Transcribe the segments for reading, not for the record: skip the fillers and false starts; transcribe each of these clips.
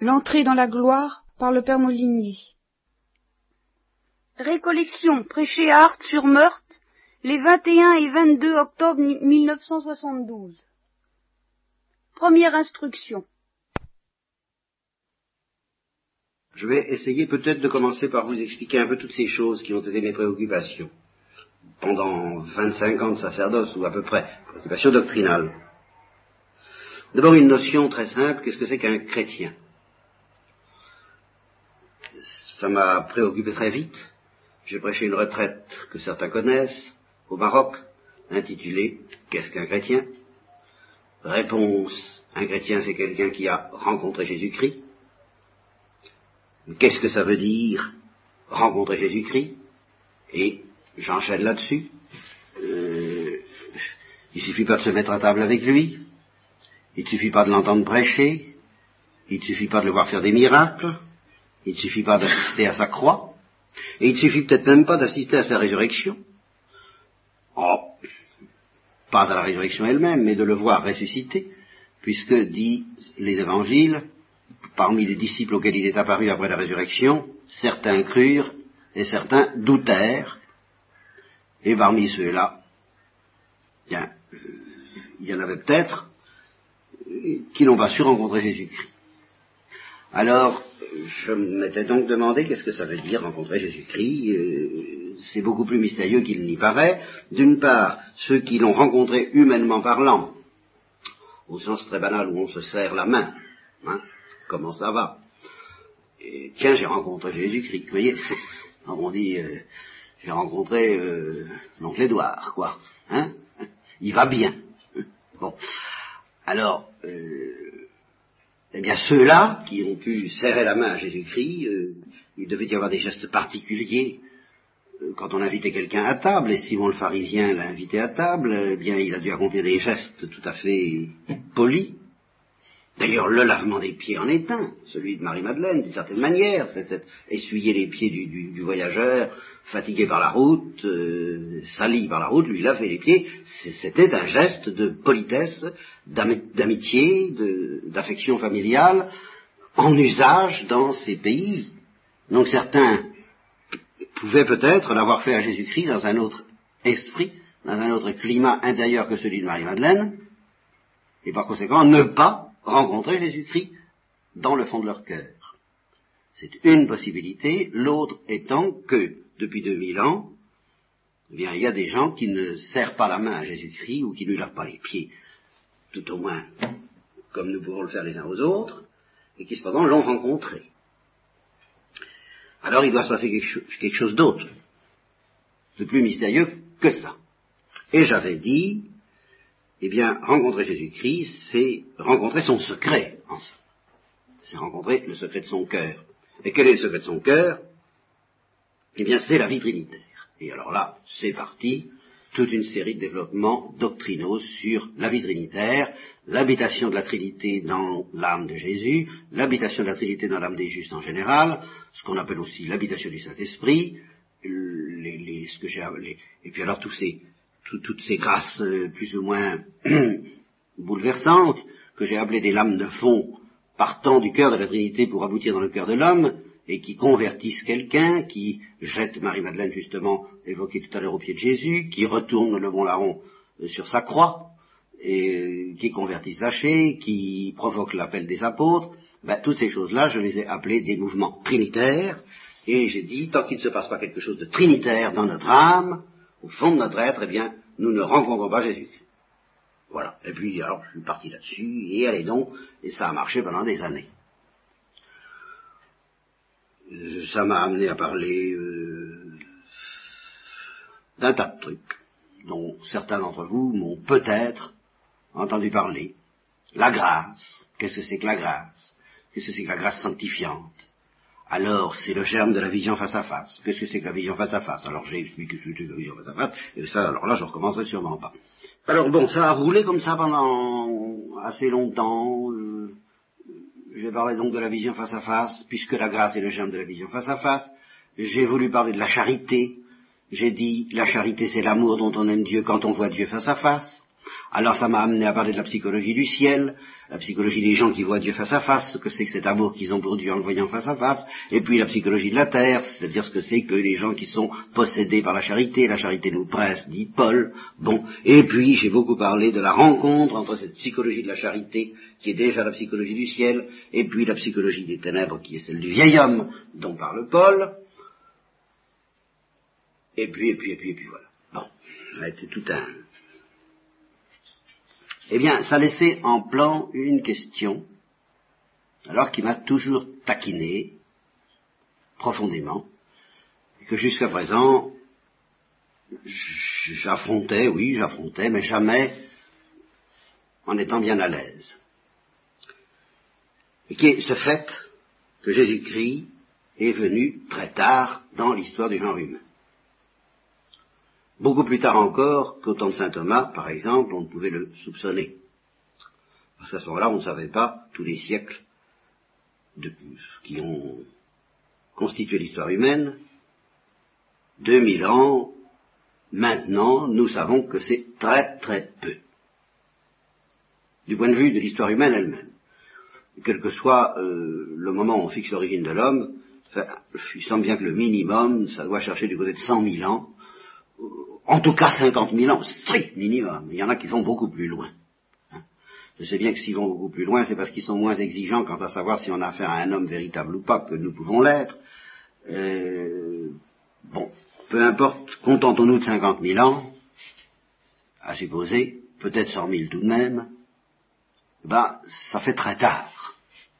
L'entrée dans la gloire par le Père Molinier. Récollection prêchée à Art-sur-Meurthe les 21 et 22 octobre 1972. Première instruction. Je vais essayer peut-être de commencer par vous expliquer un peu toutes ces choses qui ont été mes préoccupations pendant 25 ans de sacerdoce, ou à peu près, préoccupations doctrinales. D'abord une notion très simple, qu'est-ce que c'est qu'un chrétien? Ça m'a préoccupé très vite. J'ai prêché une retraite que certains connaissent, au Maroc, intitulée « Qu'est-ce qu'un chrétien ?» Réponse, un chrétien c'est quelqu'un qui a rencontré Jésus-Christ. Qu'est-ce que ça veut dire, rencontrer Jésus-Christ? Et j'enchaîne là-dessus. Il suffit pas de se mettre à table avec lui, il ne suffit pas de l'entendre prêcher, il ne suffit pas de le voir faire des miracles, il ne suffit pas d'assister à sa croix, et il ne suffit peut-être même pas d'assister à sa résurrection. Oh, pas à la résurrection elle-même, mais de le voir ressusciter, puisque, dit les évangiles, parmi les disciples auxquels il est apparu après la résurrection, certains crurent et certains doutèrent, et parmi ceux-là, il y en avait peut-être qui n'ont pas su rencontrer Jésus-Christ. Alors, je m'étais donc demandé qu'est-ce que ça veut dire rencontrer Jésus-Christ. C'est beaucoup plus mystérieux qu'il n'y paraît. D'une part, ceux qui l'ont rencontré humainement parlant, au sens très banal où on se serre la main, hein, comment ça va? Et, tiens, j'ai rencontré Jésus-Christ, vous voyez. On dit, j'ai rencontré l'oncle Édouard, quoi. Hein? Il va bien. Bon. Alors, eh bien ceux-là qui ont pu serrer la main à Jésus-Christ, il devait y avoir des gestes particuliers quand on invitait quelqu'un à table, et Simon le pharisien l'a invité à table, eh bien il a dû accomplir des gestes tout à fait polis. D'ailleurs, le lavement des pieds en est un, celui de Marie-Madeleine, d'une certaine manière, c'est essuyer les pieds du voyageur, fatigué par la route, sali par la route, lui laver les pieds, c'était un geste de politesse, d'amitié, d'affection familiale, en usage dans ces pays. Donc certains pouvaient peut-être l'avoir fait à Jésus-Christ dans un autre esprit, dans un autre climat intérieur que celui de Marie-Madeleine, et par conséquent ne pas rencontrer Jésus-Christ dans le fond de leur cœur. C'est une possibilité, l'autre étant que, depuis 2000 ans, eh bien, il y a des gens qui ne serrent pas la main à Jésus-Christ, ou qui ne lui lavent pas les pieds, tout au moins comme nous pouvons le faire les uns aux autres, et qui cependant l'ont rencontré. Alors il doit se passer quelque chose d'autre, de plus mystérieux que ça. Et j'avais dit, eh bien, rencontrer Jésus-Christ, c'est rencontrer son secret, en somme. C'est rencontrer le secret de son cœur. Et quel est le secret de son cœur? Eh bien, c'est la vie trinitaire. Et alors là, c'est parti, toute une série de développements doctrinaux sur la vie trinitaire, l'habitation de la Trinité dans l'âme de Jésus, l'habitation de la Trinité dans l'âme des justes en général, ce qu'on appelle aussi l'habitation du Saint-Esprit, et puis alors toutes ces grâces plus ou moins bouleversantes, que j'ai appelées des lames de fond, partant du cœur de la Trinité pour aboutir dans le cœur de l'homme, et qui convertissent quelqu'un, qui jette Marie-Madeleine justement évoquée tout à l'heure au pied de Jésus, qui retourne le bon larron sur sa croix, et qui convertissent Zachée, qui provoquent l'appel des apôtres. Toutes ces choses-là, je les ai appelées des mouvements trinitaires, et j'ai dit, tant qu'il ne se passe pas quelque chose de trinitaire dans notre âme, au fond de notre être, eh bien, nous ne rencontrons pas Jésus-Christ. Voilà. Et puis, alors, je suis parti là-dessus, et allez donc, et ça a marché pendant des années. Ça m'a amené à parler d'un tas de trucs, dont certains d'entre vous m'ont peut-être entendu parler. La grâce. Qu'est-ce que c'est que la grâce? Qu'est-ce que c'est que la grâce sanctifiante? Alors, c'est le germe de la vision face à face. Qu'est-ce que c'est que la vision face à face? Alors, j'ai expliqué ce que c'était que la vision face à face, et ça, alors là, je recommencerai sûrement pas. Alors bon, ça a roulé comme ça pendant assez longtemps. J'ai parlé donc de la vision face à face, puisque la grâce est le germe de la vision face à face. J'ai voulu parler de la charité. J'ai dit, la charité, c'est l'amour dont on aime Dieu quand on voit Dieu face à face. Alors ça m'a amené à parler de la psychologie du ciel, la psychologie des gens qui voient Dieu face à face, ce que c'est que cet amour qu'ils ont pour Dieu en le voyant face à face, et puis la psychologie de la terre, c'est-à-dire ce que c'est que les gens qui sont possédés par la charité nous presse, dit Paul. Bon, et puis j'ai beaucoup parlé de la rencontre entre cette psychologie de la charité, qui est déjà la psychologie du ciel, et puis la psychologie des ténèbres, qui est celle du vieil homme, dont parle Paul. Et puis voilà. Bon, ça a été tout un... Eh bien, ça laissait en plan une question, alors qui m'a toujours taquiné, profondément, et que jusqu'à présent, j'affrontais, mais jamais en étant bien à l'aise. Et qui est ce fait que Jésus-Christ est venu très tard dans l'histoire du genre humain. Beaucoup plus tard encore qu'au temps de saint Thomas, par exemple, on ne pouvait le soupçonner. Parce qu'à ce moment-là, on ne savait pas tous les siècles qui ont constitué l'histoire humaine. 2000 ans, maintenant, nous savons que c'est très très peu. Du point de vue de l'histoire humaine elle-même. Quel que soit le moment où on fixe l'origine de l'homme, il semble bien que le minimum, ça doit chercher du côté de 100 000 ans. En tout cas 50 000 ans, strict minimum. Il y en a qui vont beaucoup plus loin. Je sais bien que s'ils vont beaucoup plus loin, c'est parce qu'ils sont moins exigeants quant à savoir si on a affaire à un homme véritable ou pas, que nous pouvons l'être. Bon, peu importe, contentons-nous de 50 000 ans, à supposer, peut-être 100 000 tout de même, ça fait très tard.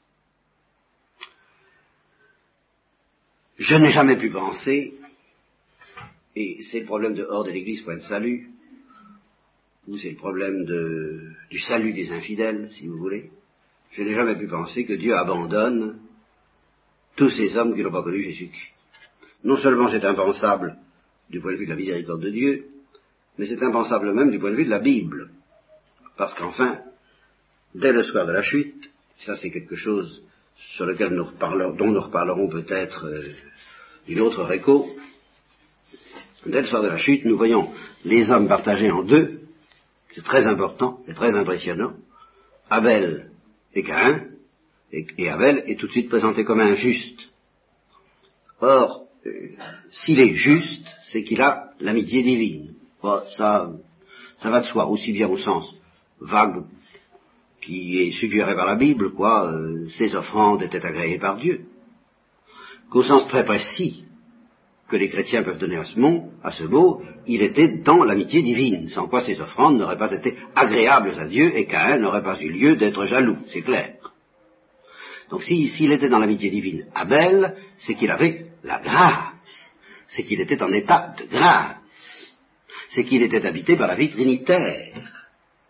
Je n'ai jamais pu penser, et c'est le problème de hors de l'Église, point de salut, ou c'est le problème du salut des infidèles, si vous voulez. Je n'ai jamais pu penser que Dieu abandonne tous ces hommes qui n'ont pas connu Jésus-Christ. Non seulement c'est impensable du point de vue de la miséricorde de Dieu, mais c'est impensable même du point de vue de la Bible. Parce qu'enfin, dès le soir de la chute, ça c'est quelque chose sur lequel dont nous reparlerons peut-être une autre réco, dès le soir de la chute, nous voyons les hommes partagés en deux, c'est très important et très impressionnant, Abel et Caïn, et Abel est tout de suite présenté comme injuste. Or, s'il est juste, c'est qu'il a l'amitié divine. Bon, ça va de soi, aussi bien au sens vague qui est suggéré par la Bible, ces offrandes étaient agréées par Dieu, qu'au sens très précis que les chrétiens peuvent donner à ce mot, il était dans l'amitié divine, sans quoi ces offrandes n'auraient pas été agréables à Dieu et Caïn n'aurait pas eu lieu d'être jaloux, c'est clair. Donc s'il était dans l'amitié divine, Abel, c'est qu'il avait la grâce, c'est qu'il était en état de grâce, c'est qu'il était habité par la vie trinitaire.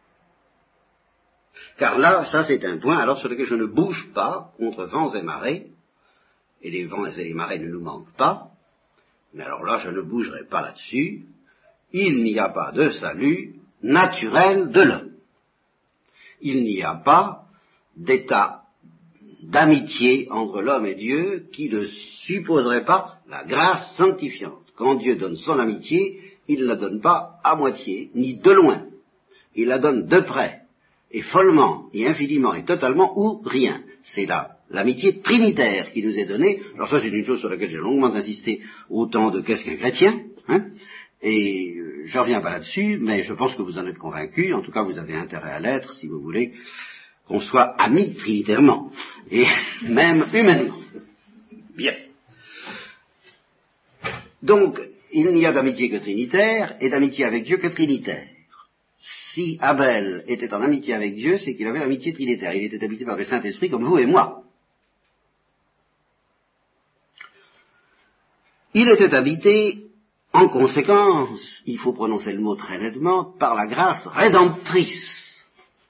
Car là, ça c'est un point alors sur lequel je ne bouge pas contre vents et marées, et les vents et les marées ne nous manquent pas, mais alors là je ne bougerai pas là-dessus. Il n'y a pas de salut naturel de l'homme. Il n'y a pas d'état d'amitié entre l'homme et Dieu qui ne supposerait pas la grâce sanctifiante. Quand Dieu donne son amitié, il ne la donne pas à moitié, ni de loin. Il la donne de près, et follement, et infiniment, et totalement, ou rien. C'est là l'amitié trinitaire qui nous est donnée. Alors ça, c'est une chose sur laquelle j'ai longuement insisté au temps de Qu'est-ce qu'un chrétien, et je reviens pas là-dessus, mais je pense que vous en êtes convaincus, en tout cas vous avez intérêt à l'être, si vous voulez, qu'on soit amis trinitairement, et même humainement. Bien. Donc, il n'y a d'amitié que trinitaire, et d'amitié avec Dieu que trinitaire. Si Abel était en amitié avec Dieu, c'est qu'il avait l'amitié trinitaire. Il était habité par le Saint-Esprit comme vous et moi. Il était habité, en conséquence, il faut prononcer le mot très nettement, par la grâce rédemptrice.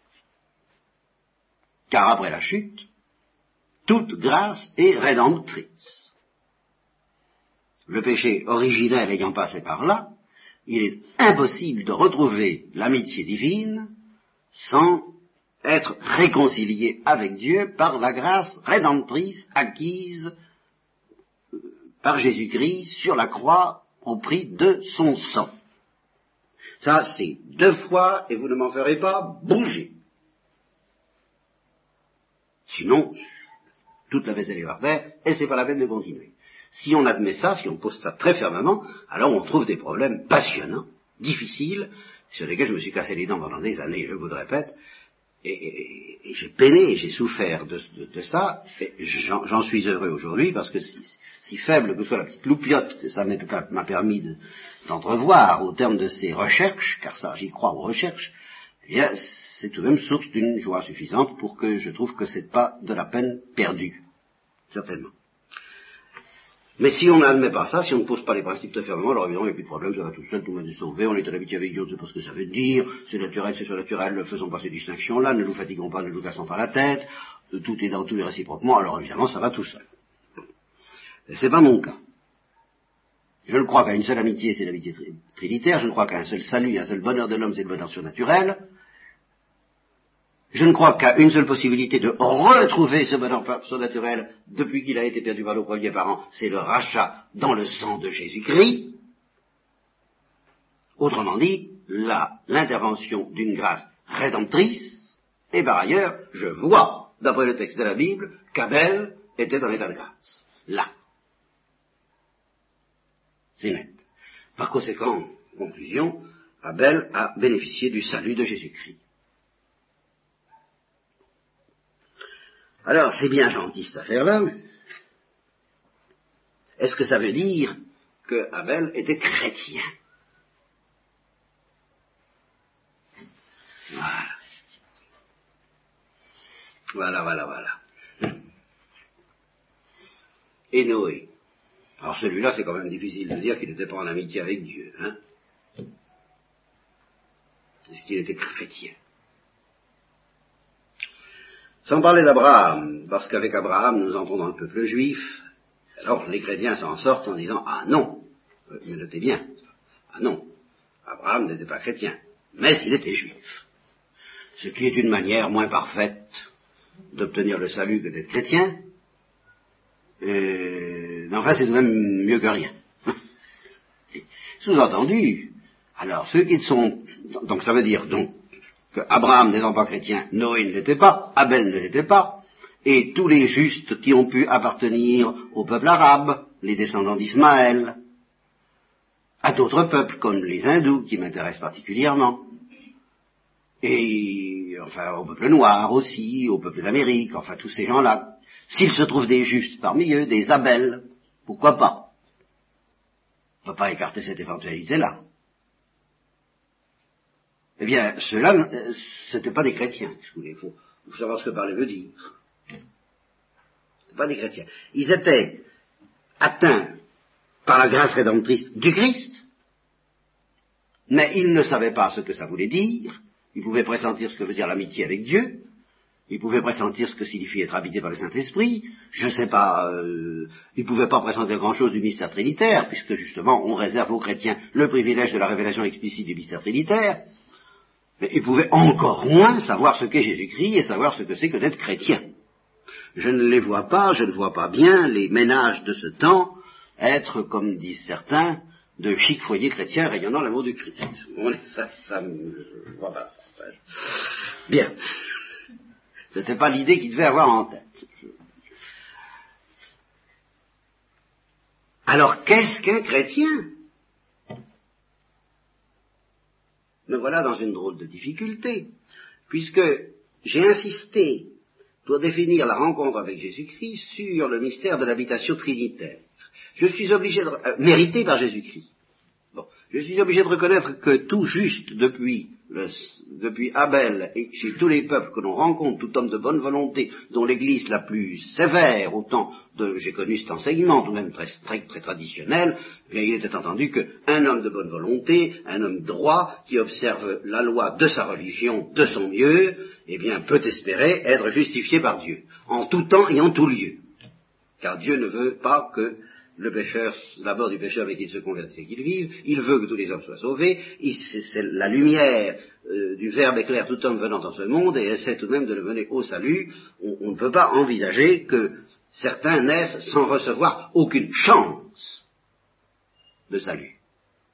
Car après la chute, toute grâce est rédemptrice. Le péché originel ayant passé par là, il est impossible de retrouver l'amitié divine sans être réconcilié avec Dieu par la grâce rédemptrice acquise par Jésus-Christ sur la croix au prix de son sang. Ça, c'est 2 fois, et vous ne m'en ferez pas bouger. Sinon, toute la vaisselle est par terre, et c'est pas la peine de continuer. Si on admet ça, si on pose ça très fermement, alors on trouve des problèmes passionnants, difficiles, sur lesquels je me suis cassé les dents pendant des années, je vous le répète, et j'ai peiné, j'ai souffert de ça, et j'en suis heureux aujourd'hui, parce que si faible que soit la petite loupiote que ça m'a permis d'entrevoir au terme de ces recherches, car ça, j'y crois aux recherches, eh bien, c'est tout de même source d'une joie suffisante pour que je trouve que c'est pas de la peine perdue, certainement. Mais si on n'admet pas ça, si on ne pose pas les principes très fermement, alors évidemment, il n'y a plus de problème, ça va tout seul, tout le monde est sauvé, on est en amitié avec Dieu, on ne sait pas ce que ça veut dire, c'est naturel, c'est surnaturel, ne faisons pas ces distinctions-là, ne nous fatiguons pas, ne nous cassons pas la tête, tout est dans tout et réciproquement, alors évidemment, ça va tout seul. C'est pas mon cas. Je ne crois qu'à une seule amitié, c'est l'amitié trinitaire, je ne crois qu'à un seul salut, un seul bonheur de l'homme, c'est le bonheur surnaturel. Je ne crois qu'à une seule possibilité de retrouver ce bonheur surnaturel depuis qu'il a été perdu par nos premiers parents, c'est le rachat dans le sang de Jésus-Christ. Autrement dit, l'intervention d'une grâce rédemptrice, et par ailleurs, je vois, d'après le texte de la Bible, qu'Abel était en état de grâce. Là. C'est net. Par conséquent, conclusion, Abel a bénéficié du salut de Jésus-Christ. Alors, c'est bien gentil cette affaire-là. Est-ce que ça veut dire que Abel était chrétien? Voilà. Et Noé. Alors celui-là, c'est quand même difficile de dire qu'il n'était pas en amitié avec Dieu, hein? Est-ce qu'il était chrétien? Sans parler d'Abraham, parce qu'avec Abraham, nous entrons dans le peuple juif, alors les chrétiens s'en sortent en disant « Ah non !» Mais notez bien, « Ah non !» Abraham n'était pas chrétien, mais il était juif. Ce qui est une manière moins parfaite d'obtenir le salut que d'être chrétien, mais enfin c'est tout de même mieux que rien. Sous-entendu, alors ceux qui sont... Donc ça veut dire donc que Abraham n'étant pas chrétien, Noé ne l'était pas, Abel ne l'était pas, et tous les justes qui ont pu appartenir au peuple arabe, les descendants d'Ismaël, à d'autres peuples comme les hindous qui m'intéressent particulièrement, et enfin au peuple noir aussi, au peuple d'Amérique, enfin tous ces gens-là, s'il se trouve des justes parmi eux, des Abel, pourquoi pas? On ne peut pas écarter cette éventualité-là. Eh bien, ceux-là, c'était pas des chrétiens, si vous voulez. Il faut savoir ce que parler veut dire. C'est pas des chrétiens. Ils étaient atteints par la grâce rédemptrice du Christ, mais ils ne savaient pas ce que ça voulait dire. Ils pouvaient pressentir ce que veut dire l'amitié avec Dieu. Ils pouvaient pressentir ce que signifie être habité par le Saint-Esprit. Je ne sais pas, ils ne pouvaient pas pressentir grand-chose du mystère trinitaire, puisque justement, on réserve aux chrétiens le privilège de la révélation explicite du mystère trinitaire. Mais ils pouvaient encore moins savoir ce qu'est Jésus-Christ et savoir ce que c'est que d'être chrétien. Je ne les vois pas, je ne vois pas bien les ménages de ce temps être, comme disent certains, de chic foyers chrétiens rayonnant l'amour du Christ. Bon, je vois pas ça. Bien. C'était pas l'idée qu'ils devaient avoir en tête. Alors, qu'est-ce qu'un chrétien? Me voilà dans une drôle de difficulté, puisque j'ai insisté pour définir la rencontre avec Jésus-Christ sur le mystère de l'habitation trinitaire. Je suis obligé de... mérité par Jésus-Christ. Bon, je suis obligé de reconnaître que tout juste depuis Abel et chez tous les peuples que l'on rencontre, tout homme de bonne volonté, dont l'Église la plus sévère, autant j'ai connu cet enseignement, tout de même très strict, très traditionnel, bien il était entendu qu'un homme de bonne volonté, un homme droit, qui observe la loi de sa religion de son mieux, eh bien peut espérer être justifié par Dieu, en tout temps et en tout lieu. Car Dieu ne veut pas que le pécheur, d'abord du pécheur, mais qu'il se convertisse et qu'il vive, il veut que tous les hommes soient sauvés, c'est la lumière du Verbe éclaire tout homme venant dans ce monde, et essaie tout de même de le mener au salut. On ne peut pas envisager que certains naissent sans recevoir aucune chance de salut.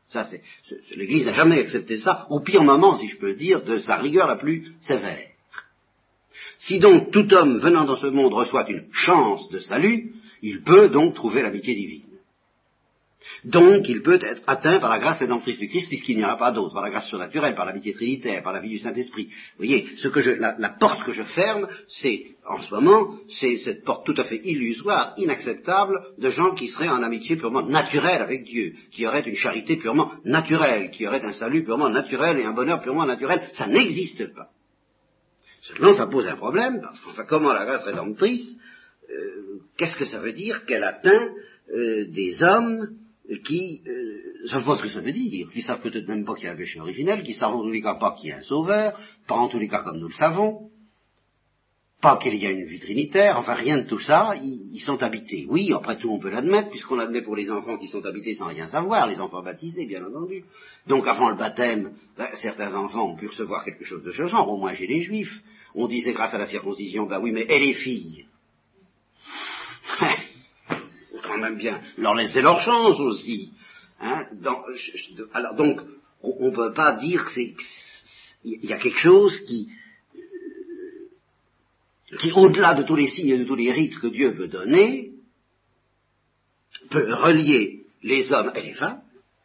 L'Église n'a jamais accepté ça, au pire moment, si je peux dire, de sa rigueur la plus sévère. Si donc tout homme venant dans ce monde reçoit une chance de salut, il peut donc trouver l'amitié divine. Donc il peut être atteint par la grâce rédemptrice du Christ, puisqu'il n'y en a pas d'autre, par la grâce surnaturelle, par l'amitié trinitaire, par la vie du Saint-Esprit. Vous voyez, la porte que je ferme, en ce moment, c'est cette porte tout à fait illusoire, inacceptable, de gens qui seraient en amitié purement naturelle avec Dieu, qui auraient une charité purement naturelle, qui auraient un salut purement naturel et un bonheur purement naturel. Ça n'existe pas. Seulement, ça pose un problème, parce qu'enfin, comment la grâce rédemptrice, qu'est-ce que ça veut dire qu'elle atteint des hommes qui savent pas ce que ça veut dire, qui savent peut-être même pas qu'il y a un péché originel, qui savent en tous les cas pas qu'il y a un sauveur, pas en tous les cas comme nous le savons, pas qu'il y a une vie trinitaire, enfin rien de tout ça, ils sont habités. Oui, après tout on peut l'admettre, puisqu'on l'admet pour les enfants qui sont habités sans rien savoir, les enfants baptisés bien entendu. Donc avant le baptême, certains enfants ont pu recevoir quelque chose de ce genre, au moins chez les juifs. On disait grâce à la circoncision, oui mais et les filles quand même bien leur laisser leur chance aussi. Hein, alors donc, on ne peut pas dire qu'il y a quelque chose qui au-delà de tous les signes et de tous les rites que Dieu veut donner, peut relier les hommes et les femmes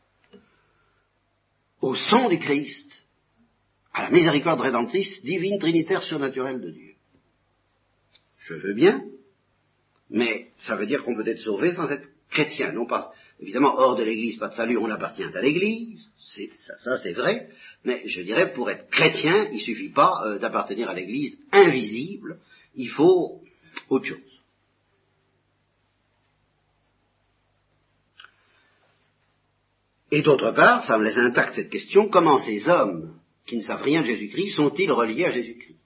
au sang du Christ, à la miséricorde rédemptrice, divine, trinitaire, surnaturelle de Dieu. Je veux bien, mais ça veut dire qu'on peut être sauvé sans être chrétien, non pas, évidemment, hors de l'Église, pas de salut, on appartient à l'Église, ça c'est vrai, mais je dirais, pour être chrétien, il ne suffit pas d'appartenir à l'Église invisible, il faut autre chose. Et d'autre part, ça me laisse intacte cette question, comment ces hommes qui ne savent rien de Jésus-Christ sont-ils reliés à Jésus-Christ?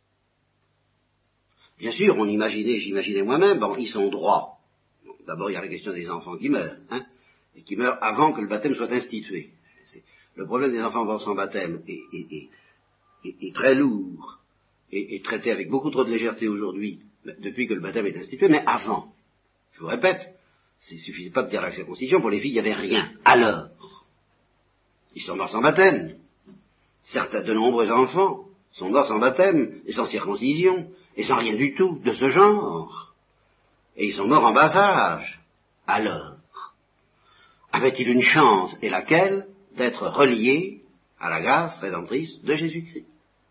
Bien sûr, j'imaginais moi-même, ils sont droits. Bon, d'abord, il y a la question des enfants qui meurent, et qui meurent avant que le baptême soit institué. Le problème des enfants morts sans baptême est très lourd, et traité avec beaucoup trop de légèreté aujourd'hui, depuis que le baptême est institué, mais avant. Je vous répète, il ne suffisait pas de dire la circoncision, pour les filles, il n'y avait rien. Alors, ils sont morts sans baptême. De nombreux enfants sont morts sans baptême, et sans circoncision, et sans rien du tout de ce genre. Et ils sont morts en bas âge. Alors, avait-il une chance, et laquelle, d'être reliés à la grâce rédemptrice de Jésus-Christ?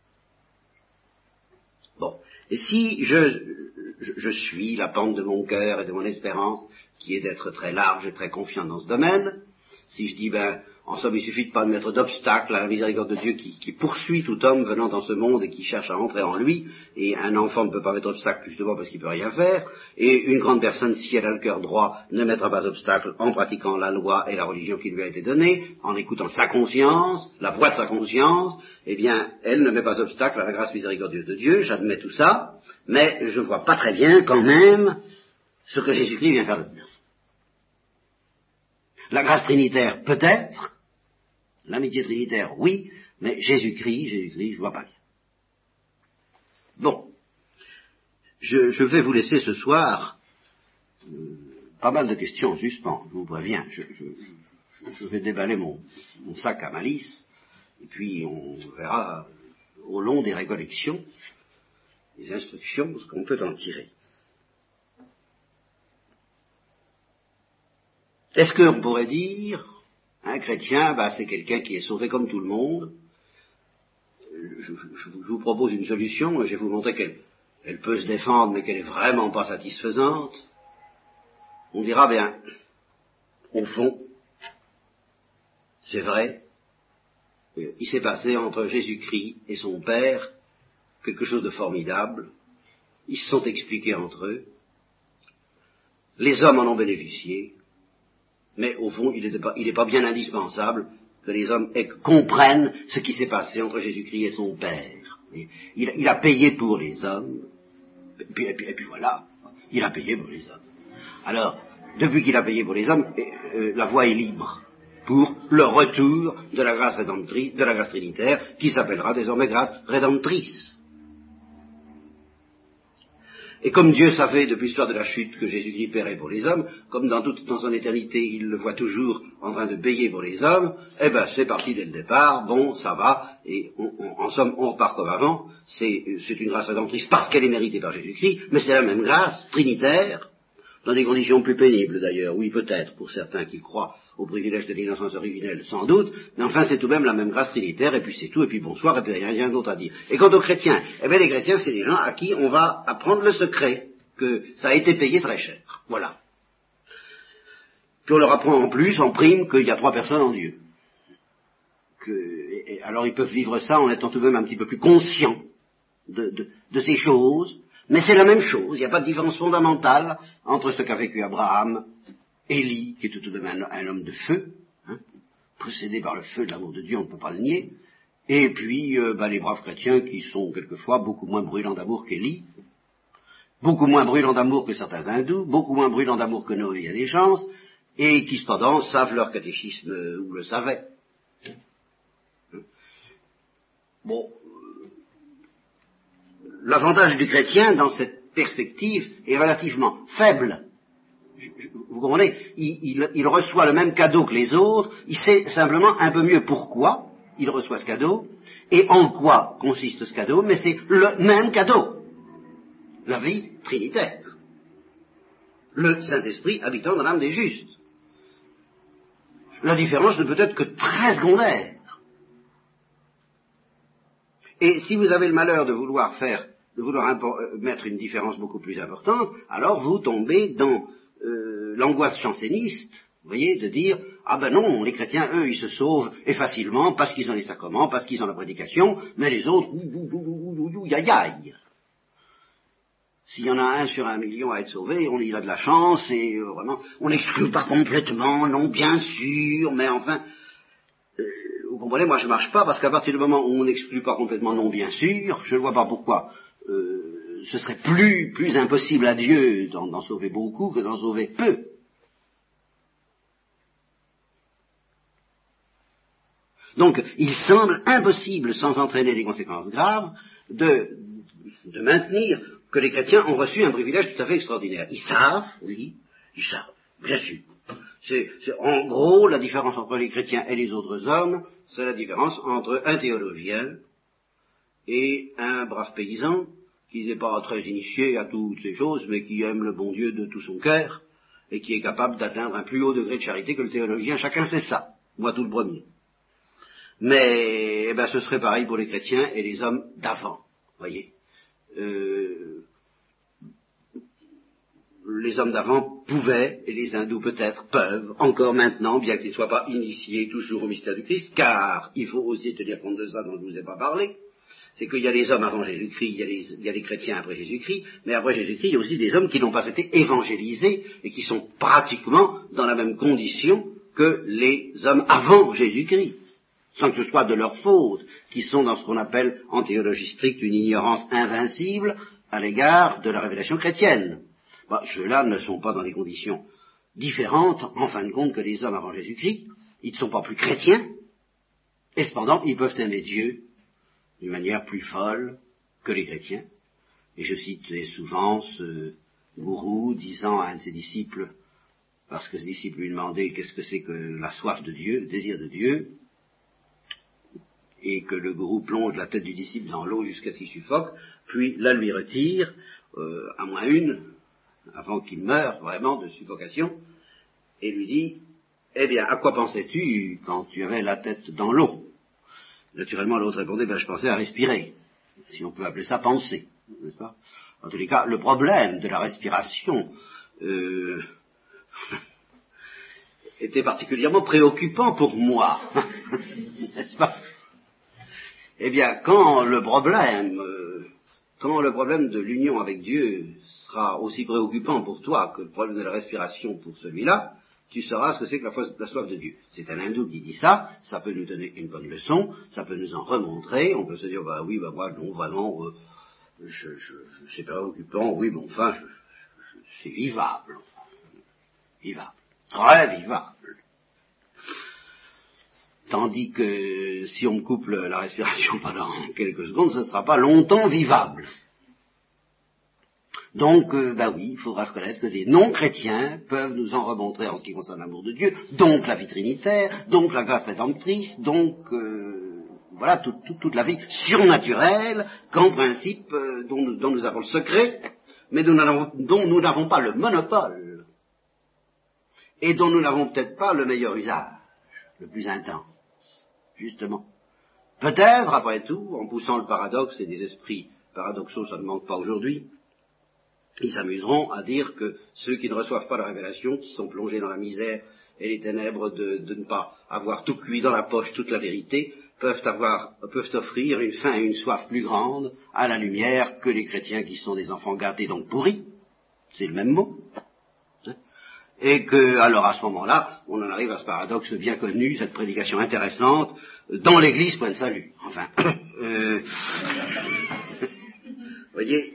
Bon, et si je suis la pente de mon cœur et de mon espérance, qui est d'être très large et très confiant dans ce domaine, si je dis, en somme, il suffit de pas de mettre d'obstacle à la miséricorde de Dieu qui poursuit tout homme venant dans ce monde et qui cherche à entrer en lui, et un enfant ne peut pas mettre obstacle justement parce qu'il peut rien faire, et une grande personne, si elle a le cœur droit, ne mettra pas obstacle en pratiquant la loi et la religion qui lui a été donnée, en écoutant sa conscience, la voix de sa conscience, eh bien, elle ne met pas obstacle à la grâce miséricordieuse de Dieu, j'admets tout ça, mais je ne vois pas très bien quand même ce que Jésus-Christ vient faire là-dedans. La grâce trinitaire, peut-être. L'amitié trinitaire, oui. Mais Jésus-Christ, je vois pas bien. Bon. Je vais vous laisser ce soir pas mal de questions en suspens, je vous préviens. Je vais déballer mon sac à malice, et puis on verra au long des récollections, des instructions, ce qu'on peut en tirer. Est-ce qu'on pourrait dire, un chrétien, c'est quelqu'un qui est sauvé comme tout le monde? Je vous propose une solution, je vais vous montrer qu'elle peut se défendre, mais qu'elle est vraiment pas satisfaisante. On dira, au fond, c'est vrai, il s'est passé entre Jésus-Christ et son Père quelque chose de formidable, ils se sont expliqués entre eux, les hommes en ont bénéficié, mais au fond, il n'est pas bien indispensable que les hommes comprennent ce qui s'est passé entre Jésus-Christ et son Père. Il a payé pour les hommes, et puis voilà, il a payé pour les hommes. Alors, depuis qu'il a payé pour les hommes, la voie est libre pour le retour de la grâce rédemptrice, de la grâce trinitaire, qui s'appellera désormais grâce rédemptrice. Et comme Dieu savait depuis l'histoire de la chute que Jésus-Christ paierait pour les hommes, comme dans son éternité il le voit toujours en train de payer pour les hommes, eh ben c'est parti dès le départ, bon, ça va, et en somme on repart comme avant, c'est une grâce rédemptrice parce qu'elle est méritée par Jésus-Christ, mais c'est la même grâce trinitaire, dans des conditions plus pénibles d'ailleurs, oui peut-être, pour certains qui croient au privilège de l'innocence originelle, sans doute, mais enfin c'est tout de même la même grâce trinitaire, et puis c'est tout, et puis bonsoir, et puis rien d'autre à dire. Et quant aux chrétiens, eh bien les chrétiens c'est des gens à qui on va apprendre le secret, que ça a été payé très cher, voilà. Puis on leur apprend en plus, en prime, qu'il y a 3 personnes en Dieu. Alors ils peuvent vivre ça en étant tout de même un petit peu plus conscients de ces choses, mais c'est la même chose, il n'y a pas de différence fondamentale entre ce qu'a vécu Abraham, Élie, qui était tout de même un homme de feu, possédé par le feu de l'amour de Dieu, on ne peut pas le nier, et puis les braves chrétiens qui sont quelquefois beaucoup moins brûlants d'amour qu'Élie, beaucoup moins brûlants d'amour que certains hindous, beaucoup moins brûlants d'amour que Noé, il y a des chances, et qui cependant savent leur catéchisme ou le savaient. Bon, l'avantage du chrétien dans cette perspective est relativement faible. Vous comprenez, il reçoit le même cadeau que les autres, il sait simplement un peu mieux pourquoi il reçoit ce cadeau, et en quoi consiste ce cadeau, mais c'est le même cadeau, la vie trinitaire, le Saint-Esprit habitant dans l'âme des justes. La différence ne peut être que très secondaire. Et si vous avez le malheur de vouloir mettre une différence beaucoup plus importante, alors vous tombez dans l'angoisse janséniste, vous voyez, de dire, ah ben non, les chrétiens, eux, ils se sauvent, et facilement, parce qu'ils ont les sacrements, parce qu'ils ont la prédication, mais les autres, yaï. S'il y en a 1 sur 1 million à être sauvé, il a de la chance, et vraiment, on n'exclut pas complètement, non, bien sûr, mais enfin, vous comprenez, moi je marche pas, parce qu'à partir du moment où on n'exclut pas complètement, non, bien sûr, je ne vois pas pourquoi ce serait plus impossible à Dieu d'en sauver beaucoup que d'en sauver peu. Donc, il semble impossible, sans entraîner des conséquences graves, de maintenir que les chrétiens ont reçu un privilège tout à fait extraordinaire. Ils savent, oui, ils savent, bien sûr. C'est en gros la différence entre les chrétiens et les autres hommes, c'est la différence entre un théologien et un brave paysan qui n'est pas très initié à toutes ces choses, mais qui aime le bon Dieu de tout son cœur, et qui est capable d'atteindre un plus haut degré de charité que le théologien. Chacun sait ça, moi tout le premier. Mais ce serait pareil pour les chrétiens et les hommes d'avant, voyez. Les hommes d'avant pouvaient, et les hindous peut-être peuvent, encore maintenant, bien qu'ils ne soient pas initiés toujours au mystère du Christ, car il faut aussi tenir compte de ça dont je ne vous ai pas parlé, c'est qu'il y a les hommes avant Jésus-Christ, il y a les chrétiens après Jésus-Christ, mais après Jésus-Christ, il y a aussi des hommes qui n'ont pas été évangélisés et qui sont pratiquement dans la même condition que les hommes avant Jésus-Christ, sans que ce soit de leur faute, qui sont dans ce qu'on appelle en théologie stricte une ignorance invincible à l'égard de la révélation chrétienne. Ceux-là ne sont pas dans des conditions différentes, en fin de compte, que les hommes avant Jésus-Christ. Ils ne sont pas plus chrétiens, et cependant, ils peuvent aimer Dieu d'une manière plus folle que les chrétiens. Et je citais souvent ce gourou disant à un de ses disciples, parce que ce disciple lui demandait qu'est-ce que c'est que la soif de Dieu, le désir de Dieu, et que le gourou plonge la tête du disciple dans l'eau jusqu'à ce qu'il suffoque, puis la lui retire, à moins une, avant qu'il meure vraiment de suffocation, et lui dit, eh bien, à quoi pensais-tu quand tu avais la tête dans l'eau? Naturellement, l'autre répondait, je pensais à respirer, si on peut appeler ça penser, n'est-ce pas? En tous les cas, le problème de la respiration était particulièrement préoccupant pour moi, n'est-ce pas? Eh bien, quand le problème de l'union avec Dieu sera aussi préoccupant pour toi que le problème de la respiration pour celui-là, tu sauras ce que c'est que la soif de Dieu. C'est un hindou qui dit ça, ça peut nous donner une bonne leçon, ça peut nous en remontrer, on peut se dire, moi, non, vraiment, c'est préoccupant, oui, mais enfin, c'est vivable, très vivable. Tandis que si on me coupe la respiration pendant quelques secondes, ce ne sera pas longtemps vivable. Donc, oui, il faudra reconnaître que des non-chrétiens peuvent nous en remontrer en ce qui concerne l'amour de Dieu, donc la vie trinitaire, donc la grâce rédemptrice, donc voilà, toute la vie surnaturelle, qu'en principe, dont nous avons le secret, mais dont nous n'avons pas le monopole, et dont nous n'avons peut-être pas le meilleur usage, le plus intense, justement. Peut-être, après tout, en poussant le paradoxe, et des esprits paradoxaux, ça ne manque pas aujourd'hui, ils s'amuseront à dire que ceux qui ne reçoivent pas la révélation, qui sont plongés dans la misère et les ténèbres de ne pas avoir tout cuit dans la poche, toute la vérité, peuvent offrir une faim et une soif plus grande à la lumière que les chrétiens qui sont des enfants gâtés, donc pourris, c'est le même mot, et que, alors à ce moment-là, on en arrive à ce paradoxe bien connu, cette prédication intéressante, dans l'Église, point de salut. Enfin, vous voyez,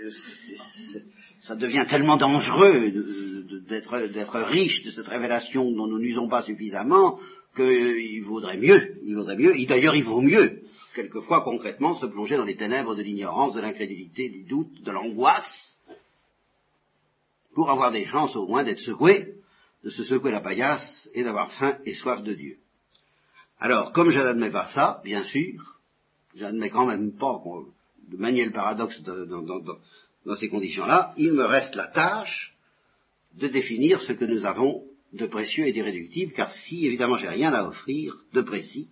ça devient tellement dangereux d'être riche de cette révélation dont nous n'usons pas suffisamment, qu'il vaudrait mieux, et d'ailleurs il vaut mieux, quelquefois concrètement, se plonger dans les ténèbres de l'ignorance, de l'incrédulité, du doute, de l'angoisse, pour avoir des chances au moins d'être secoué, de se secouer la paillasse et d'avoir faim et soif de Dieu. Alors, comme je n'admets pas ça, bien sûr, j'admets quand même pas de manier le paradoxe dans ces conditions-là, il me reste la tâche de définir ce que nous avons de précieux et d'irréductible, car si évidemment j'ai rien à offrir de précis,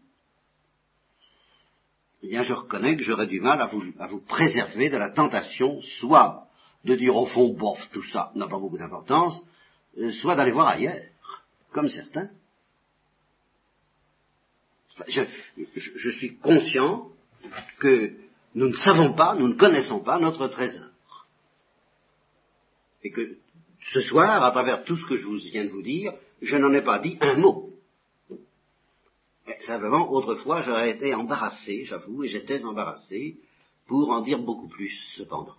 eh bien je reconnais que j'aurais du mal à vous préserver de la tentation, soit de dire au fond, bof, tout ça n'a pas beaucoup d'importance, soit d'aller voir ailleurs, comme certains. Je suis conscient que nous ne savons pas, nous ne connaissons pas notre trésor. Et que ce soir, à travers tout ce que je viens de vous dire, je n'en ai pas dit un mot. Mais simplement, autrefois, j'aurais été embarrassé, j'avoue, et j'étais embarrassé pour en dire beaucoup plus, cependant.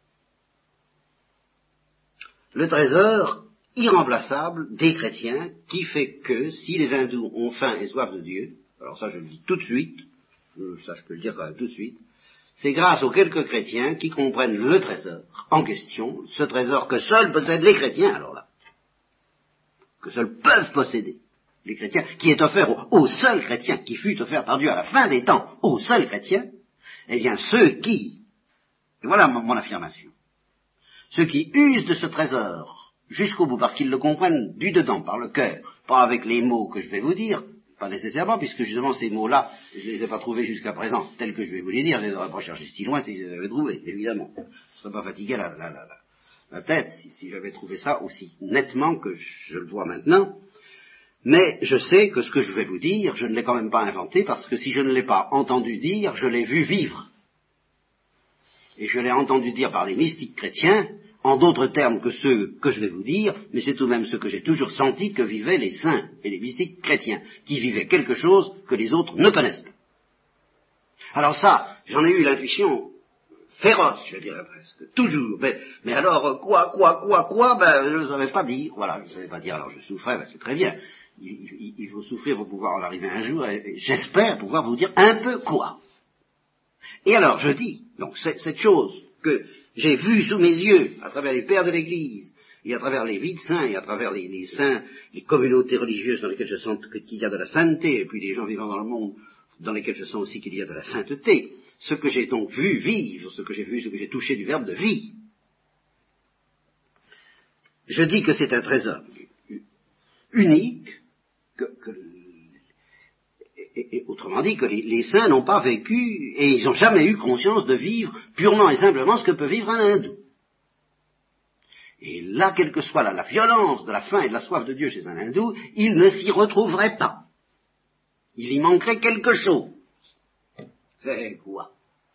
Le trésor irremplaçable des chrétiens qui fait que, si les hindous ont faim et soif de Dieu, alors ça je le dis tout de suite, ça je peux le dire quand même tout de suite, c'est grâce aux quelques chrétiens qui comprennent le trésor en question, ce trésor que seuls possèdent les chrétiens, alors là, que seuls peuvent posséder les chrétiens, qui est offert aux seuls chrétiens, qui fut offert par Dieu à la fin des temps aux seuls chrétiens, eh bien ceux qui, et voilà mon affirmation, ceux qui usent de ce trésor jusqu'au bout, parce qu'ils le comprennent du dedans, par le cœur, pas avec les mots que je vais vous dire, pas nécessairement, puisque justement ces mots-là, je ne les ai pas trouvés jusqu'à présent, tels que je vais vous les dire, je ne les aurais pas cherchés si loin si je les avais trouvés, évidemment. Je ne serais pas fatigué la tête si j'avais trouvé ça aussi nettement que je le vois maintenant. Mais je sais que ce que je vais vous dire, je ne l'ai quand même pas inventé, parce que si je ne l'ai pas entendu dire, je l'ai vu vivre. Et je l'ai entendu dire par les mystiques chrétiens, en d'autres termes que ceux que je vais vous dire, mais c'est tout de même ce que j'ai toujours senti que vivaient les saints et les mystiques chrétiens, qui vivaient quelque chose que les autres ne connaissent pas. Alors ça, j'en ai eu l'intuition féroce, je dirais presque, toujours, mais alors, quoi, je ne savais pas dire, voilà, je ne savais pas dire, alors je souffrais, c'est très bien, il faut souffrir pour pouvoir en arriver un jour, et j'espère pouvoir vous dire un peu quoi. Et alors, je dis, donc, cette chose que j'ai vue sous mes yeux, à travers les pères de l'Église, et à travers les vies de saints, et à travers les saints, les communautés religieuses dans lesquelles je sens qu'il y a de la sainteté, et puis les gens vivant dans le monde, dans lesquels je sens aussi qu'il y a de la sainteté, ce que j'ai donc vu vivre, ce que j'ai touché du verbe de vie, je dis que c'est un trésor unique, et autrement dit que les saints n'ont pas vécu, et ils n'ont jamais eu conscience de vivre purement et simplement ce que peut vivre un hindou. Et là, quelle que soit la violence de la faim et de la soif de Dieu chez un hindou, il ne s'y retrouverait pas. Il y manquerait quelque chose. Eh quoi?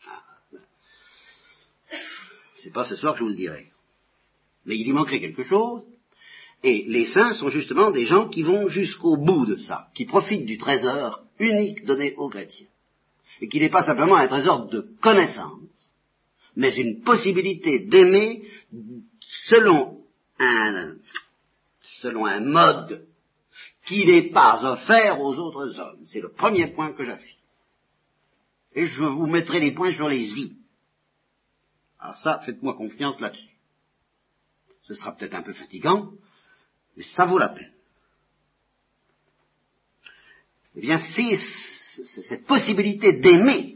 C'est pas ce soir que je vous le dirai. Mais il y manquerait quelque chose, et les saints sont justement des gens qui vont jusqu'au bout de ça, qui profitent du trésor unique donné aux chrétiens, et qui n'est pas simplement un trésor de connaissance, mais une possibilité d'aimer selon un mode qui n'est pas offert aux autres hommes. C'est le premier point que j'affirme. Et je vous mettrai les points sur les i. Alors ça, faites-moi confiance là-dessus. ce sera peut-être un peu fatigant, mais ça vaut la peine. Eh bien, c'est cette possibilité d'aimer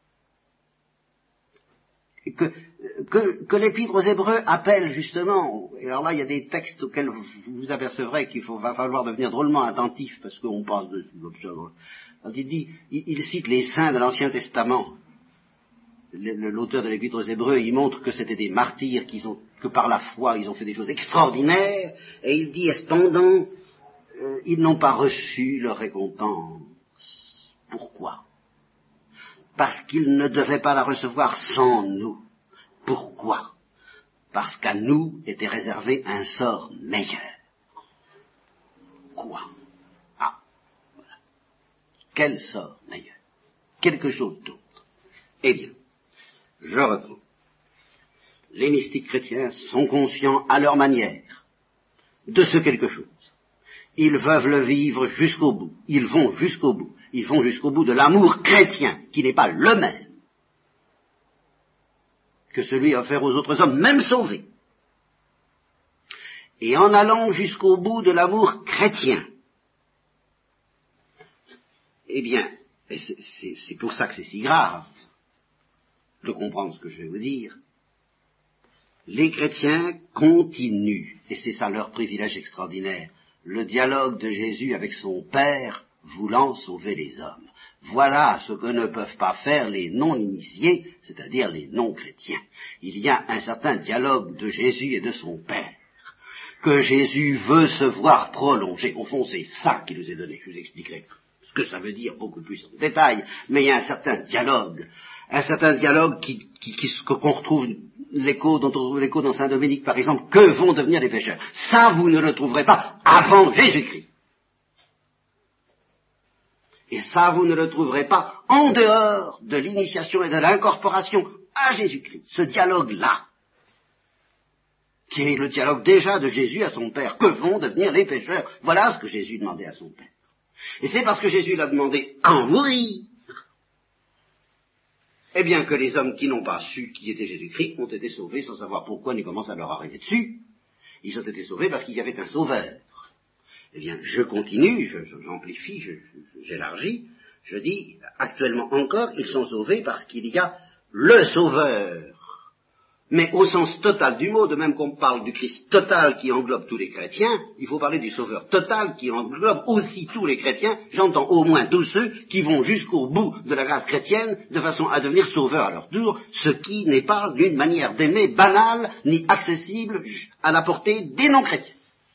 que l'Épître aux Hébreux appelle justement, et alors là il y a des textes auxquels vous vous apercevrez va falloir devenir drôlement attentif parce qu'on passe de quand il cite les saints de l'Ancien Testament. L'auteur de l'Épître aux Hébreux, il montre que c'était des martyrs que par la foi ils ont fait des choses extraordinaires, et il dit cependant ils n'ont pas reçu leur récompense. Pourquoi? Parce qu'ils ne devaient pas la recevoir sans nous. Pourquoi? Parce qu'à nous était réservé un sort meilleur. Quoi? Ah, voilà. Quel sort meilleur? Quelque chose d'autre. Eh bien, je reprends. Les mystiques chrétiens sont conscients à leur manière de ce quelque chose. Ils veulent le vivre jusqu'au bout. Ils vont jusqu'au bout. Ils vont jusqu'au bout de l'amour chrétien, qui n'est pas le même que celui offert aux autres hommes, même sauvés. Et en allant jusqu'au bout de l'amour chrétien, eh bien, et c'est pour ça que c'est si grave de comprendre ce que je vais vous dire, les chrétiens continuent, et c'est ça leur privilège extraordinaire, le dialogue de Jésus avec son Père, voulant sauver les hommes. Voilà ce que ne peuvent pas faire les non-initiés, c'est-à-dire les non-chrétiens. Il y a un certain dialogue de Jésus et de son Père, que Jésus veut se voir prolonger. Au fond, c'est ça qui nous est donné. Je vous expliquerai ce que ça veut dire beaucoup plus en détail, mais il y a un certain dialogue qu'on retrouve l'écho dans Saint Dominique, par exemple, que vont devenir les pécheurs. Ça, vous ne le trouverez pas avant Jésus-Christ. Et ça, vous ne le trouverez pas en dehors de l'initiation et de l'incorporation à Jésus-Christ. Ce dialogue-là, qui est le dialogue déjà de Jésus à son Père. Que vont devenir les pécheurs? Voilà ce que Jésus demandait à son Père. Et c'est parce que Jésus l'a demandé à en mourir, eh bien que les hommes qui n'ont pas su qui était Jésus-Christ ont été sauvés sans savoir pourquoi ni comment ça leur arrivait dessus. Ils ont été sauvés parce qu'il y avait un sauveur. Eh bien, je continue, j'amplifie, j'élargis, je dis, actuellement encore, ils sont sauvés parce qu'il y a le Sauveur. Mais au sens total du mot, de même qu'on parle du Christ total qui englobe tous les chrétiens, il faut parler du Sauveur total qui englobe aussi tous les chrétiens, j'entends au moins tous ceux qui vont jusqu'au bout de la grâce chrétienne de façon à devenir sauveurs à leur tour, ce qui n'est pas d'une manière d'aimer banale ni accessible à la portée des non-chrétiens.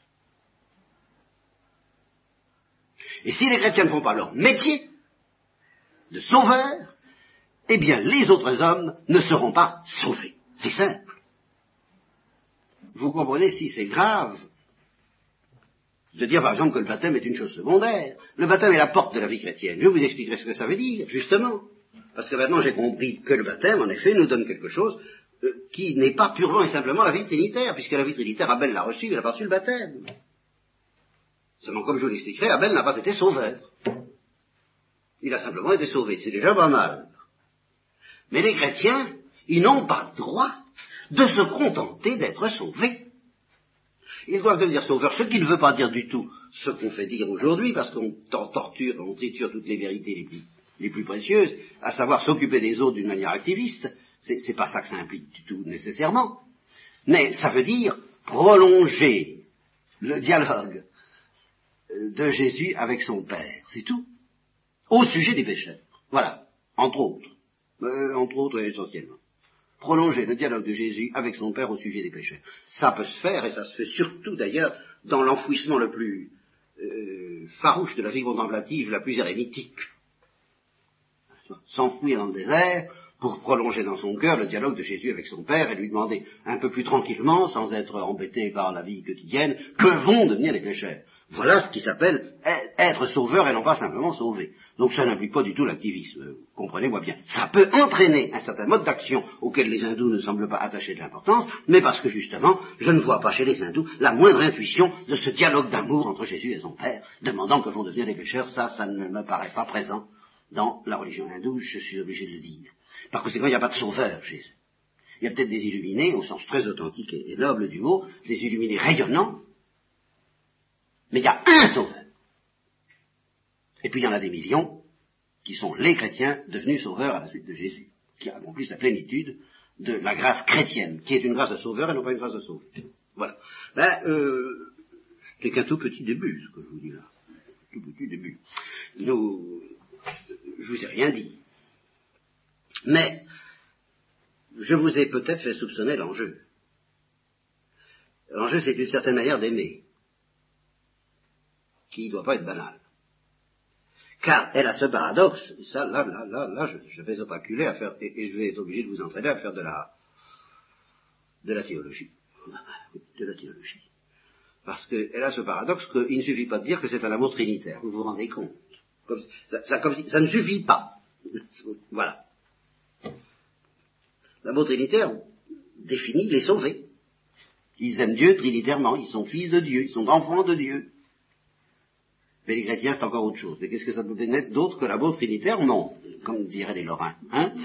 Et si les chrétiens ne font pas leur métier de sauveur, eh bien les autres hommes ne seront pas sauvés. C'est simple. Vous comprenez si c'est grave de dire par exemple que le baptême est une chose secondaire. Le baptême est la porte de la vie chrétienne. Je vous expliquerai ce que ça veut dire, justement. Parce que maintenant j'ai compris que le baptême, en effet, nous donne quelque chose qui n'est pas purement et simplement la vie trinitaire, puisque la vie trinitaire, Abel l'a reçue, il n'a pas reçu le baptême. Seulement, comme je vous l'expliquerai, Abel n'a pas été sauveur. Il a simplement été sauvé. C'est déjà pas mal. Mais les chrétiens, ils n'ont pas le droit de se contenter d'être sauvés. Ils doivent devenir sauveurs, ce qui ne veut pas dire du tout ce qu'on fait dire aujourd'hui, parce qu'on torture, on triture toutes les vérités les plus précieuses, à savoir s'occuper des autres d'une manière activiste. C'est pas ça que ça implique du tout nécessairement. Mais ça veut dire prolonger le dialogue de Jésus avec son Père, c'est tout, au sujet des pécheurs. Voilà, entre autres et essentiellement. Prolonger le dialogue de Jésus avec son Père au sujet des pécheurs. Ça peut se faire, et ça se fait surtout d'ailleurs dans l'enfouissement le plus farouche de la vie contemplative, la plus érémitique. S'enfouir dans le désert pour prolonger dans son cœur le dialogue de Jésus avec son Père et lui demander un peu plus tranquillement, sans être embêté par la vie quotidienne, que vont devenir les pécheurs. Voilà ce qui s'appelle être sauveur et non pas simplement sauvé. Donc ça n'implique pas du tout l'activisme, comprenez-moi bien. Ça peut entraîner un certain mode d'action auquel les hindous ne semblent pas attacher de l'importance, mais parce que justement, je ne vois pas chez les hindous la moindre intuition de ce dialogue d'amour entre Jésus et son Père, demandant que vont devenir les pécheurs. Ça ne me paraît pas présent dans la religion hindoue, je suis obligé de le dire. Par conséquent, il n'y a pas de sauveur chez eux. Il y a peut-être des illuminés, au sens très authentique et noble du mot, des illuminés rayonnants, mais il y a un sauveur. Et puis il y en a des millions qui sont les chrétiens devenus sauveurs à la suite de Jésus, qui accomplissent la plénitude de la grâce chrétienne, qui est une grâce de sauveur et non pas une grâce de sauveur. Voilà. C'était qu'un tout petit début, ce que je vous dis là. Tout petit début. Je vous ai rien dit. Mais, je vous ai peut-être fait soupçonner l'enjeu. L'enjeu, c'est d'une certaine manière d'aimer, qui ne doit pas être banal. Car elle a ce paradoxe, et ça, là, je vais être acculé à faire, et je vais être obligé de vous entraîner à faire de la théologie. De la théologie. Parce qu'elle a ce paradoxe qu'il ne suffit pas de dire que c'est un amour trinitaire. Vous vous rendez compte? Ça ne suffit pas. Voilà. L'amour trinitaire définit les sauvés. Ils aiment Dieu trinitairement, ils sont fils de Dieu, ils sont enfants de Dieu. Mais les chrétiens, c'est encore autre chose. Mais qu'est-ce que ça peut être d'autre que l'amour trinitaire? Non, comme diraient les Lorrains. Hein.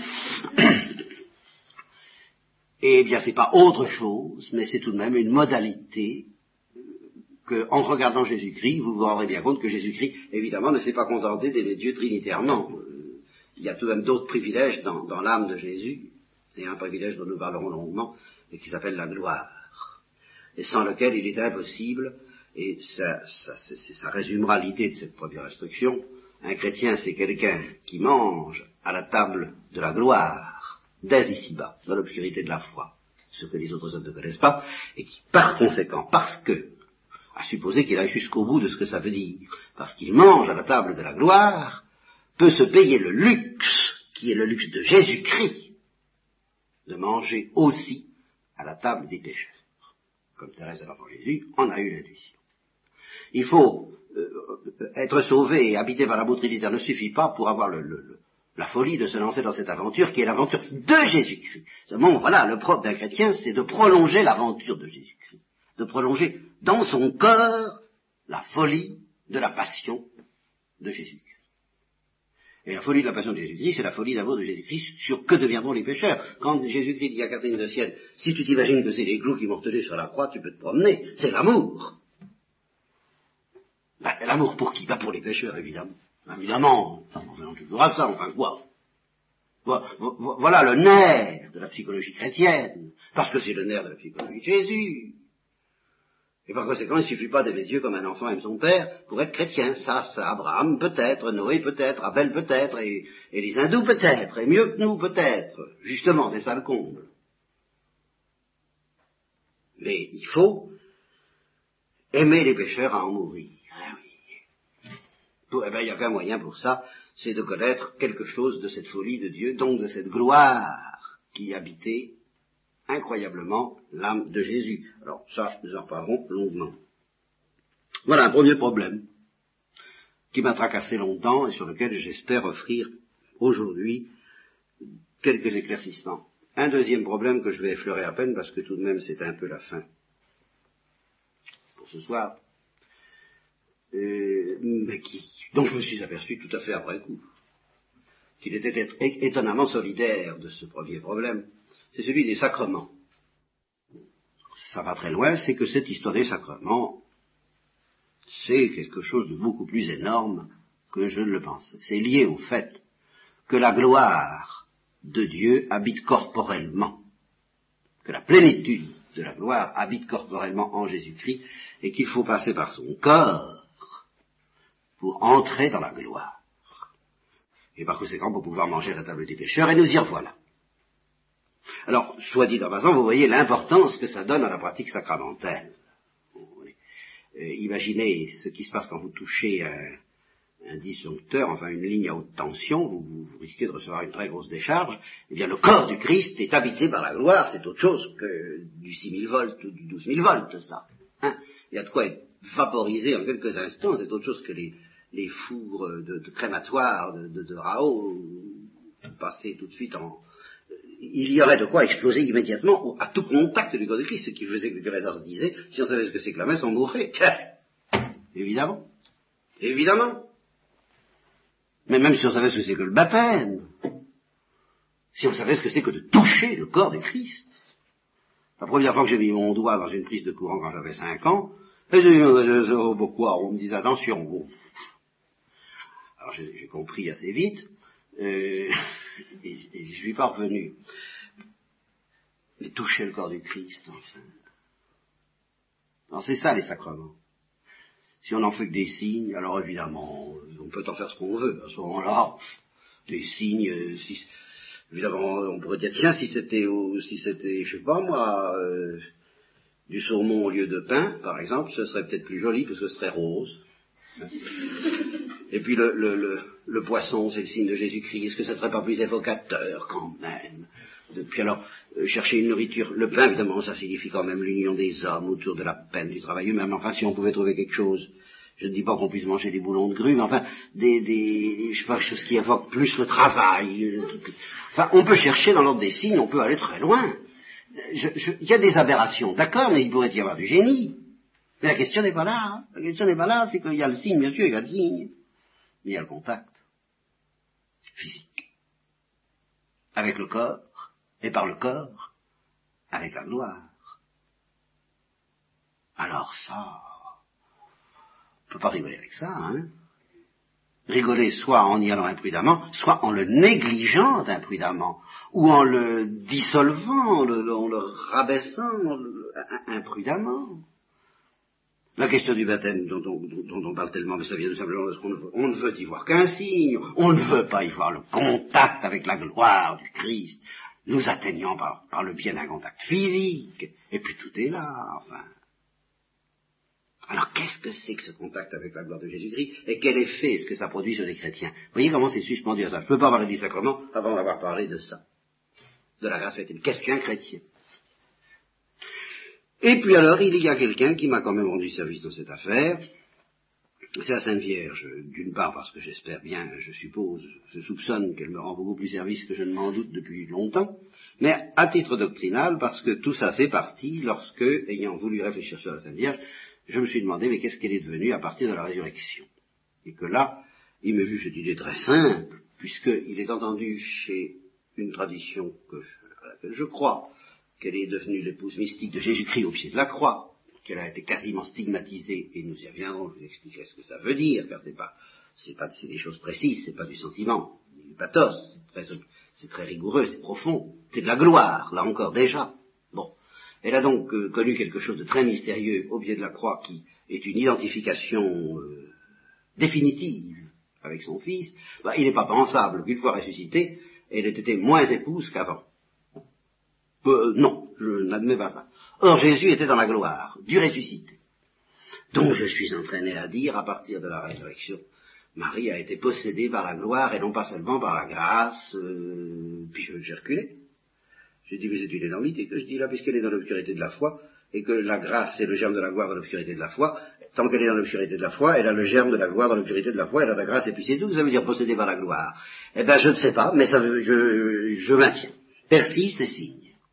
Eh bien, c'est pas autre chose, mais c'est tout de même une modalité que, en regardant Jésus-Christ, vous vous rendrez bien compte que Jésus-Christ, évidemment, ne s'est pas contenté d'aimer Dieu trinitairement. Il y a tout de même d'autres privilèges dans l'âme de Jésus, et un privilège dont nous parlerons longuement, et qui s'appelle la gloire, et sans lequel il est impossible, et ça résumera l'idée de cette première instruction, un chrétien c'est quelqu'un qui mange à la table de la gloire, dès ici-bas, dans l'obscurité de la foi, ce que les autres hommes ne connaissent pas, et qui, par conséquent, parce que, à supposer qu'il aille jusqu'au bout de ce que ça veut dire, parce qu'il mange à la table de la gloire, peut se payer le luxe, qui est le luxe de Jésus-Christ, de manger aussi à la table des pécheurs. Comme Thérèse de l'Enfant Jésus en a eu l'intuition. Il faut être sauvé et habité par l'amour trinitaire ne suffit pas pour avoir la folie de se lancer dans cette aventure qui est l'aventure de Jésus-Christ. Seulement, voilà, le propre d'un chrétien, c'est de prolonger l'aventure de Jésus-Christ, de prolonger dans son cœur la folie de la passion de Jésus-Christ. Et la folie de la passion de Jésus-Christ, c'est la folie d'amour de Jésus-Christ sur que deviendront les pécheurs. Quand Jésus-Christ dit à Catherine de Sienne, si tu t'imagines que c'est les clous qui m'ont retenu sur la croix, tu peux te promener, c'est l'amour. L'amour pour qui? Pour les pécheurs, évidemment. Évidemment, on verra toujours à ça, enfin quoi. Voilà le nerf de la psychologie chrétienne, parce que c'est le nerf de la psychologie de Jésus. Et par conséquent, il ne suffit pas d'aimer Dieu comme un enfant aime son père pour être chrétien. Ça, Abraham peut-être, Noé peut-être, Abel peut-être, et les hindous peut-être, et mieux que nous peut-être. Justement, c'est ça le comble. Mais il faut aimer les pécheurs à en mourir. Ah oui. Il n'y a qu'un moyen pour ça, c'est de connaître quelque chose de cette folie de Dieu, donc de cette gloire qui habitait incroyablement l'âme de Jésus. Alors ça, nous en reparlerons longuement. Voilà un premier problème qui m'a tracassé longtemps et sur lequel j'espère offrir aujourd'hui quelques éclaircissements. Un deuxième problème que je vais effleurer à peine parce que tout de même c'est un peu la fin pour ce soir, dont je me suis aperçu tout à fait après coup qu'il était étonnamment solidaire de ce premier problème. C'est celui des sacrements. Ça va très loin, c'est que cette histoire des sacrements, c'est quelque chose de beaucoup plus énorme que je ne le pensais. C'est lié au fait que la gloire de Dieu habite corporellement, que la plénitude de la gloire habite corporellement en Jésus-Christ, et qu'il faut passer par son corps pour entrer dans la gloire. Et par conséquent, pour pouvoir manger à la table des pécheurs, et nous y revoilà. Alors, soit dit en passant, vous voyez l'importance que ça donne à la pratique sacramentelle. Imaginez ce qui se passe quand vous touchez un disjoncteur, enfin une ligne à haute tension, vous risquez de recevoir une très grosse décharge. Eh bien, le corps du Christ est habité par la gloire, c'est autre chose que du 6000 volts ou du 12 000 volts, ça. Hein, il y a de quoi être vaporisé en quelques instants, c'est autre chose que les fours de crématoire de Rao, passer tout de suite en... Il y aurait de quoi exploser immédiatement à tout contact du corps de Christ, ce qui faisait que le curé d'Ars disait, si on savait ce que c'est que la messe, on mourrait. Évidemment. Évidemment. Mais même si on savait ce que c'est que le baptême, Si on savait ce que c'est que de toucher le corps du Christ. La première fois que j'ai mis mon doigt dans une prise de courant quand j'avais 5 ans, et j'ai dit, pourquoi on me disait attention. Bon. Alors j'ai compris assez vite, et je suis pas revenu. Mais toucher le corps du Christ, enfin. Alors c'est ça les sacrements. Si on n'en fait que des signes, alors évidemment, on peut en faire ce qu'on veut. À ce moment-là, des signes, évidemment, on pourrait dire, tiens, si c'était, je sais pas moi, du saumon au lieu de pain, par exemple, ce serait peut-être plus joli, parce que ce serait rose. Et puis le poisson, c'est le signe de Jésus-Christ. Est-ce que ça serait pas plus évocateur, quand même? Puis alors, chercher une nourriture, le pain, évidemment, ça signifie quand même l'union des hommes autour de la peine du travail humain. Mais enfin, si on pouvait trouver quelque chose, je ne dis pas qu'on puisse manger des boulons de grue, mais enfin, je sais pas, chose qui évoque plus le travail. Enfin, on peut chercher dans l'ordre des signes, on peut aller très loin. Il y a des aberrations, d'accord, mais il pourrait y avoir du génie. Mais la question n'est pas là. Hein. La question n'est pas là, c'est qu'il y a le signe, bien sûr, il y a le signe, mais il y a le contact physique avec le corps, et par le corps, avec la gloire. Alors ça, on ne peut pas rigoler avec ça, hein. Rigoler soit en y allant imprudemment, soit en le négligeant imprudemment, ou en le dissolvant, en le rabaissant imprudemment. La question du baptême dont on parle tellement, mais ça vient tout simplement de ce qu'on ne veut y voir qu'un signe, on ne veut pas y voir le contact avec la gloire du Christ. Nous atteignons par le biais d'un contact physique, et puis tout est là, enfin. Alors qu'est-ce que c'est que ce contact avec la gloire de Jésus-Christ, et quel effet est-ce que ça produit sur les chrétiens? Vous voyez comment c'est suspendu à ça. Je ne peux pas parler du sacrement avant d'avoir parlé de ça, de la grâce chrétienne. Qu'est-ce qu'un chrétien? Et puis alors, il y a quelqu'un qui m'a quand même rendu service dans cette affaire, c'est la Sainte Vierge, d'une part parce que j'espère bien, je soupçonne qu'elle me rend beaucoup plus service que je ne m'en doute depuis longtemps, mais à titre doctrinal, parce que tout ça c'est parti lorsque, ayant voulu réfléchir sur la Sainte Vierge, je me suis demandé, mais qu'est-ce qu'elle est devenue à partir de la résurrection? Et que là, il m'est vu cette idée très simple, puisqu'il est entendu chez une tradition à laquelle je crois, qu'elle est devenue l'épouse mystique de Jésus-Christ au pied de la croix, qu'elle a été quasiment stigmatisée, et nous y reviendrons, je vous expliquerai ce que ça veut dire, car c'est des choses précises, c'est pas du sentiment, du pathos, c'est très rigoureux, c'est profond, c'est de la gloire, là encore, déjà. Bon. Elle a donc connu quelque chose de très mystérieux au pied de la croix, qui est une identification définitive avec son fils. Il n'est pas pensable qu'une fois ressuscitée, elle ait été moins épouse qu'avant. Non, je n'admets pas ça. Or, Jésus était dans la gloire, du ressuscité. Donc, je suis entraîné à dire, à partir de la résurrection, Marie a été possédée par la gloire et non pas seulement par la grâce. Puis j'ai reculé. J'ai dit, mais c'est une énormité que je dis là, puisqu'elle est dans l'obscurité de la foi, et que la grâce, c'est le germe de la gloire dans l'obscurité de la foi. Tant qu'elle est dans l'obscurité de la foi, elle a le germe de la gloire dans l'obscurité de la foi, elle a la grâce, et puis c'est tout. Ça veut dire possédée par la gloire. Eh ben, je ne sais pas, mais je maintiens. Persiste et signe.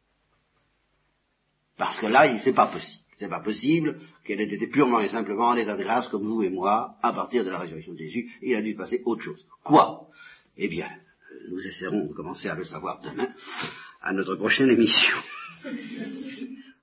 Parce que là, c'est pas possible. C'est pas possible qu'elle ait été purement et simplement en état de grâce comme vous et moi, à partir de la résurrection de Jésus. Il a dû se passer autre chose. Quoi? Eh bien, nous essaierons de commencer à le savoir demain, à notre prochaine émission.